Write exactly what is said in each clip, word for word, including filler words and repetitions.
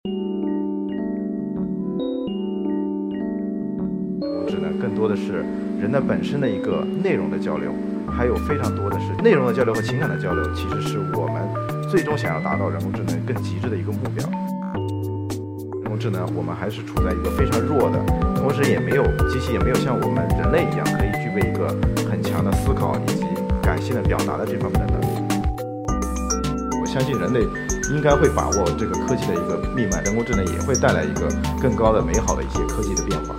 智能更多的是人的本身的一个内容的交流，还有非常多的是内容的交流和情感的交流，其实是我们最终想要达到人工智能更极致的一个目标。人工智能我们还是处在一个非常弱的，同时也没有机器也没有像我们人类一样可以具备一个很强的思考以及感性的表达的这方面的能力。我相信人类应该会把握这个科技的一个命脉，人工智能也会带来一个更高的美好的一些科技的变化。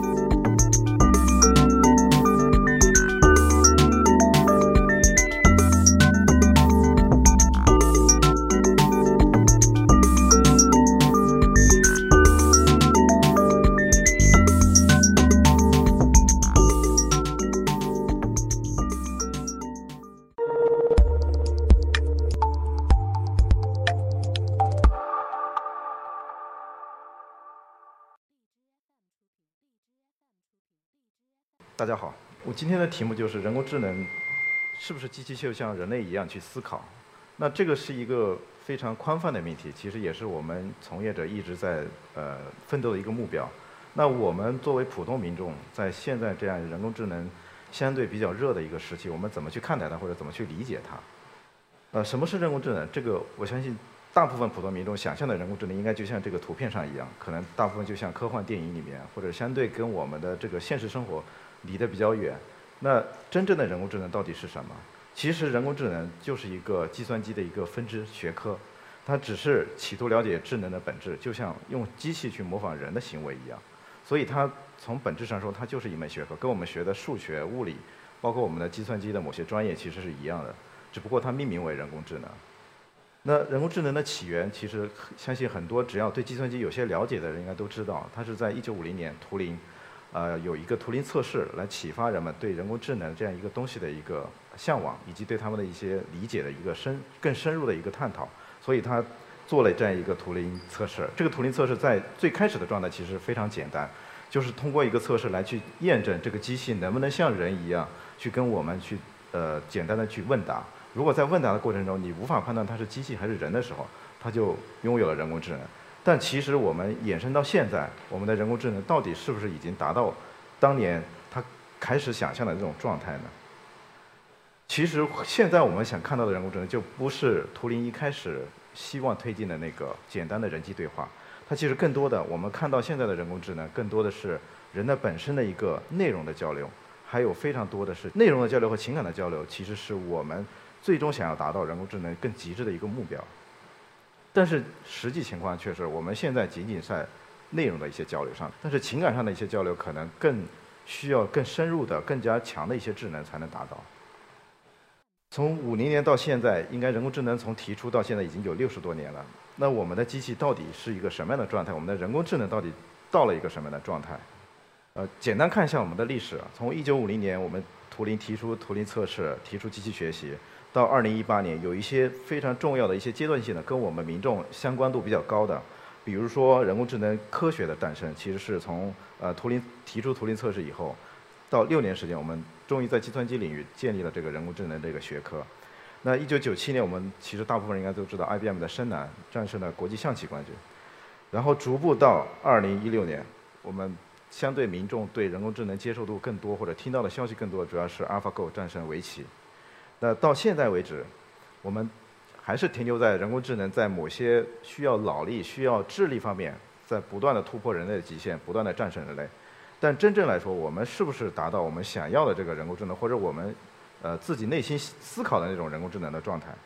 大家好，我今天的题目就是人工智能是不是机器就像人类一样去思考？那这个是一个非常宽泛的命题，其实也是我们从业者一直在呃奋斗的一个目标。那我们作为普通民众，在现在这样人工智能相对比较热的一个时期，我们怎么去看待它，或者怎么去理解它？呃，什么是人工智能？这个我相信大部分普通民众想象的人工智能，应该就像这个图片上一样，可能大部分就像科幻电影里面，或者相对跟我们的这个现实生活离得比较远。那真正的人工智能到底是什么？其实人工智能就是一个计算机的一个分支学科，它只是企图了解智能的本质，就像用机器去模仿人的行为一样。所以它从本质上说，它就是一门学科，跟我们学的数学、物理，包括我们的计算机的某些专业其实是一样的，只不过它命名为人工智能。那人工智能的起源，其实相信很多只要对计算机有些了解的人应该都知道，它是在一九五零年图灵。呃，有一个图灵测试来启发人们对人工智能这样一个东西的一个向往，以及对他们的一些理解的一个深更深入的一个探讨。所以他做了这样一个图灵测试。这个图灵测试在最开始的状态其实非常简单，就是通过一个测试来去验证这个机器能不能像人一样去跟我们去呃简单的去问答。如果在问答的过程中你无法判断它是机器还是人的时候，它就拥有了人工智能。但其实我们衍生到现在，我们的人工智能到底是不是已经达到当年他开始想象的这种状态呢？其实现在我们想看到的人工智能，就不是图灵一开始希望推进的那个简单的人机对话，它其实更多的，我们看到现在的人工智能，更多的是人的本身的一个内容的交流，还有非常多的是内容的交流和情感的交流，其实是我们最终想要达到人工智能更极致的一个目标。但是实际情况却是，我们现在仅仅在内容的一些交流上，但是情感上的一些交流可能更需要更深入的、更加强的一些智能才能达到。从五零年到现在，应该人工智能从提出到现在已经有六十多年了。那我们的机器到底是一个什么样的状态？我们的人工智能到底到了一个什么样的状态？呃，简单看一下我们的历史，从一九五零年我们图灵提出图灵测试，提出机器学习。到二零一八年，有一些非常重要的一些阶段性的，跟我们民众相关度比较高的，比如说人工智能科学的诞生，其实是从呃图灵提出图灵测试以后，到六年时间，我们终于在计算机领域建立了这个人工智能这个学科。那一九九七年，我们其实大部分人应该都知道 I B M 的深蓝战胜了国际象棋冠军，然后逐步到二零一六年，我们相对民众对人工智能接受度更多，或者听到的消息更多，主要是 AlphaGo 战胜围棋。那到现在为止，我们还是停留在人工智能在某些需要脑力、需要智力方面，在不断的突破人类的极限，不断的战胜人类。但真正来说，我们是不是达到我们想要的这个人工智能，或者我们呃自己内心思考的那种人工智能的状态？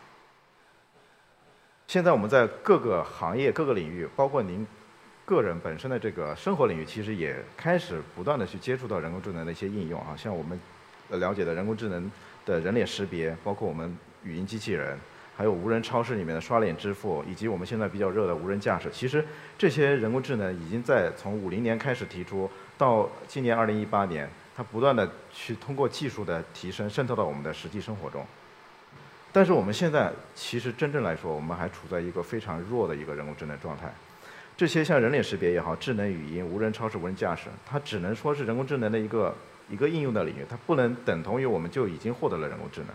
现在我们在各个行业、各个领域，包括您个人本身的这个生活领域，其实也开始不断的去接触到人工智能的一些应用啊，像我们了解的人工智能的人脸识别，包括我们语音机器人，还有无人超市里面的刷脸支付，以及我们现在比较热的无人驾驶。其实这些人工智能已经在从五零年开始提出，到今年二零一八年，它不断的去通过技术的提升渗透到我们的实际生活中。但是我们现在其实真正来说，我们还处在一个非常弱的一个人工智能状态。这些像人脸识别也好，智能语音、无人超市、无人驾驶，它只能说是人工智能的一个一个应用的领域，它不能等同于我们就已经获得了人工智能。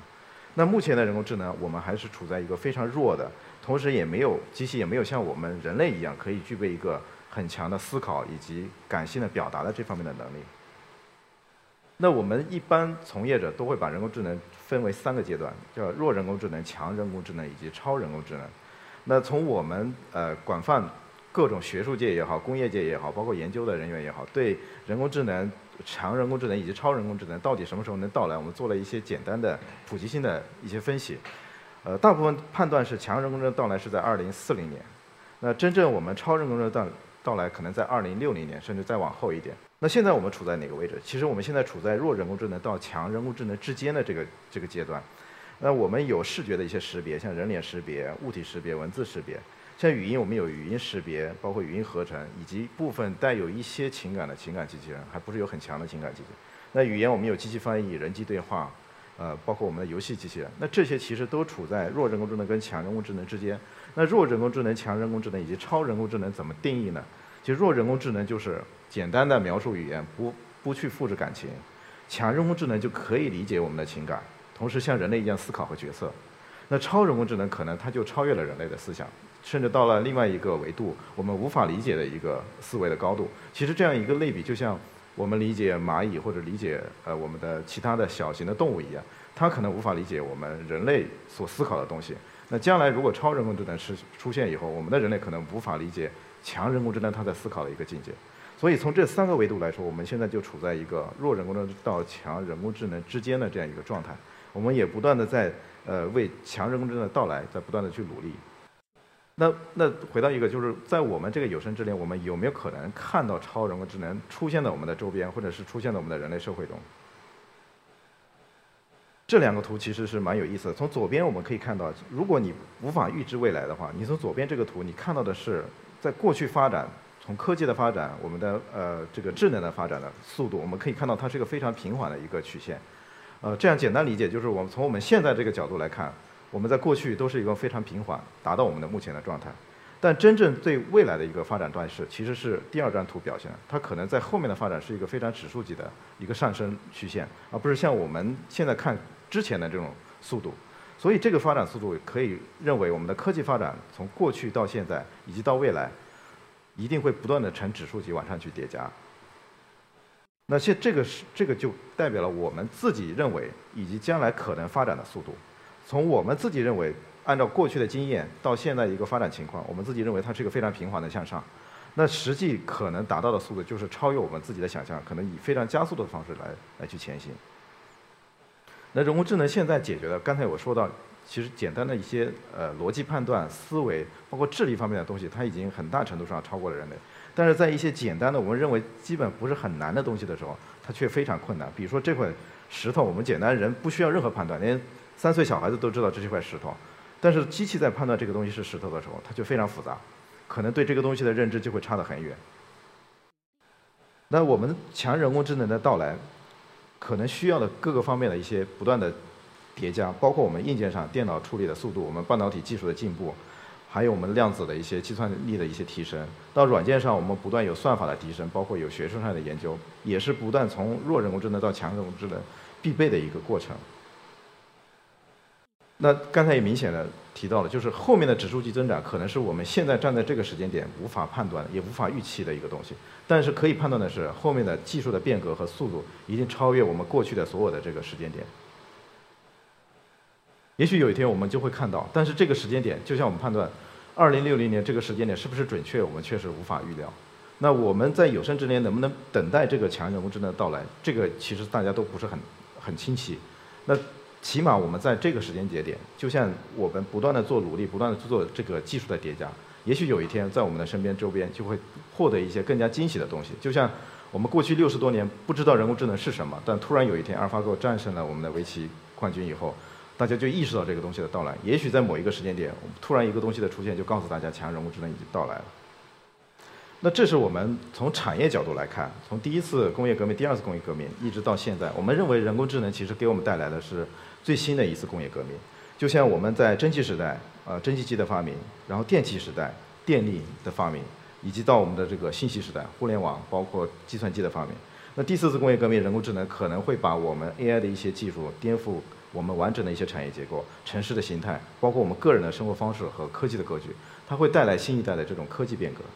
那目前的人工智能，我们还是处在一个非常弱的，同时也没有机器也没有像我们人类一样可以具备一个很强的思考以及感性的表达的这方面的能力。那我们一般从业者都会把人工智能分为三个阶段，叫弱人工智能、强人工智能以及超人工智能。那从我们呃广泛各种学术界也好、工业界也好，包括研究的人员也好，对人工智能、强人工智能以及超人工智能到底什么时候能到来，我们做了一些简单的普及性的一些分析。呃，大部分判断是强人工智能到来是在二零四零年，那真正我们超人工智能到到来可能在二零六零年，甚至再往后一点。那现在我们处在哪个位置？其实我们现在处在弱人工智能到强人工智能之间的这个这个阶段。那我们有视觉的一些识别，像人脸识别、物体识别、文字识别。像语音，我们有语音识别，包括语音合成，以及部分带有一些情感的情感机器人，还不是有很强的情感机器人。那语言我们有机器翻译、人机对话，呃，包括我们的游戏机器人。那这些其实都处在弱人工智能跟强人工智能之间。那弱人工智能、强人工智能以及超人工智能怎么定义呢？其实弱人工智能就是简单的描述语言，不不去复制感情；强人工智能就可以理解我们的情感，同时像人类一样思考和决策。那超人工智能可能它就超越了人类的思想，甚至到了另外一个维度，我们无法理解的一个思维的高度。其实这样一个类比，就像我们理解蚂蚁或者理解呃我们的其他的小型的动物一样，它可能无法理解我们人类所思考的东西。那将来如果超人工智能出出现以后，我们的人类可能无法理解强人工智能它在思考的一个境界。所以从这三个维度来说，我们现在就处在一个弱人工智能到强人工智能之间的这样一个状态。我们也不断的在呃为强人工智能的到来在不断的去努力。那那回到一个，就是在我们这个有生之年，我们有没有可能看到超人工智能出现在我们的周边，或者是出现在我们的人类社会中？这两个图其实是蛮有意思的。从左边我们可以看到，如果你无法预知未来的话，你从左边这个图，你看到的是在过去发展，从科技的发展，我们的呃这个智能的发展的速度，我们可以看到它是一个非常平缓的一个曲线。呃，这样简单理解就是，我们从我们现在这个角度来看，我们在过去都是一个非常平缓，达到我们的目前的状态。但真正对未来的一个发展态势，其实是第二张图表现的，它可能在后面的发展是一个非常指数级的一个上升曲线，而不是像我们现在看之前的这种速度。所以这个发展速度可以认为，我们的科技发展从过去到现在以及到未来，一定会不断的呈指数级往上去叠加。那现这个是这个就代表了我们自己认为以及将来可能发展的速度。从我们自己认为，按照过去的经验到现在一个发展情况，我们自己认为它是一个非常平缓的向上。那实际可能达到的速度就是超越我们自己的想象，可能以非常加速的方式来来去前行。那人工智能现在解决的，刚才我说到，其实简单的一些呃逻辑判断、思维，包括智力方面的东西，它已经很大程度上超过了人类。但是在一些简单的，我们认为基本不是很难的东西的时候，它却非常困难。比如说这块石头，我们简单人不需要任何判断，连三岁小孩子都知道这是块石头。但是机器在判断这个东西是石头的时候，它就非常复杂，可能对这个东西的认知就会差得很远。那我们强人工智能的到来，可能需要的各个方面的一些不断的叠加，包括我们硬件上电脑处理的速度，我们半导体技术的进步，还有我们量子的一些计算力的一些提升，到软件上我们不断有算法的提升，包括有学术上的研究，也是不断从弱人工智能到强人工智能必备的一个过程。那刚才也明显的提到了，就是后面的指数级增长可能是我们现在站在这个时间点无法判断也无法预期的一个东西，但是可以判断的是，后面的技术的变革和速度一定超越我们过去的所有的这个时间点。也许有一天我们就会看到，但是这个时间点，就像我们判断二零六零年这个时间点是不是准确，我们确实无法预料。那我们在有生之年能不能等待这个强人工智能的到来，这个其实大家都不是很很清晰。那起码我们在这个时间节点，就像我们不断的做努力，不断的做这个技术的叠加，也许有一天在我们的身边周边就会获得一些更加惊喜的东西。就像我们过去六十多年不知道人工智能是什么，但突然有一天阿尔法狗战胜了我们的围棋冠军以后，大家就意识到这个东西的到来。也许在某一个时间点，突然一个东西的出现就告诉大家强人工智能已经到来了。那这是我们从产业角度来看，从第一次工业革命、第二次工业革命一直到现在，我们认为人工智能其实给我们带来的是最新的一次工业革命。就像我们在蒸汽时代，呃，蒸汽机的发明，然后电气时代，电力的发明，以及到我们的这个信息时代，互联网，包括计算机的发明。那第四次工业革命，人工智能可能会把我们 A I 的一些技术颠覆我们完整的一些产业结构、城市的形态，包括我们个人的生活方式和科技的格局，它会带来新一代的这种科技变革。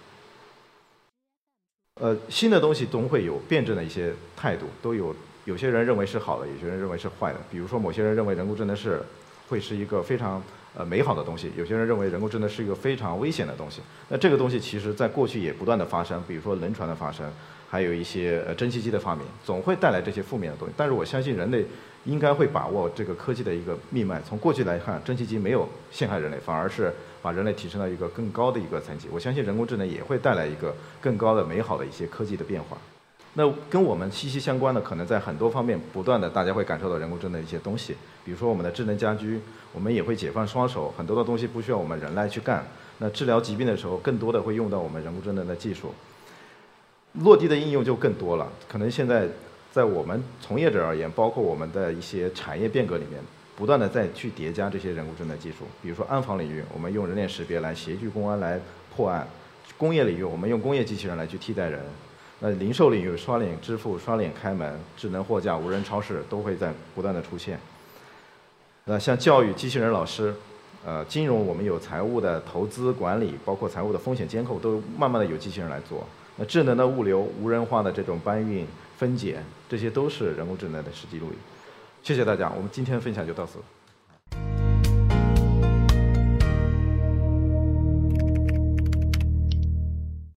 呃，新的东西总会有辩证的一些态度，都有有些人认为是好的，有些人认为是坏的。比如说，某些人认为人工智能是会是一个非常呃美好的东西，有些人认为人工智能是一个非常危险的东西。那这个东西其实在过去也不断的发生，比如说轮船的发生，还有一些呃蒸汽机的发明，总会带来这些负面的东西。但是我相信人类应该会把握这个科技的一个命脉。从过去来看，蒸汽机没有陷害人类，反而是把人类提升到一个更高的一个层级。我相信人工智能也会带来一个更高的美好的一些科技的变化。那跟我们息息相关的，可能在很多方面不断的大家会感受到人工智能的一些东西，比如说我们的智能家居，我们也会解放双手，很多的东西不需要我们人来去干。那治疗疾病的时候，更多的会用到我们人工智能的技术，落地的应用就更多了。可能现在在我们从业者而言，包括我们的一些产业变革里面，不断的再去叠加这些人工智能技术。比如说安防领域，我们用人脸识别来协助公安来破案；工业领域，我们用工业机器人来去替代人。那零售领域，刷脸支付、刷脸开门、智能货架、无人超市都会在不断的出现。那像教育，机器人老师，呃，金融我们有财务的投资管理，包括财务的风险监控，都慢慢的有机器人来做。那智能的物流、无人化的这种搬运、分拣，这些都是人工智能的实际路径。谢谢大家，我们今天的分享就到此。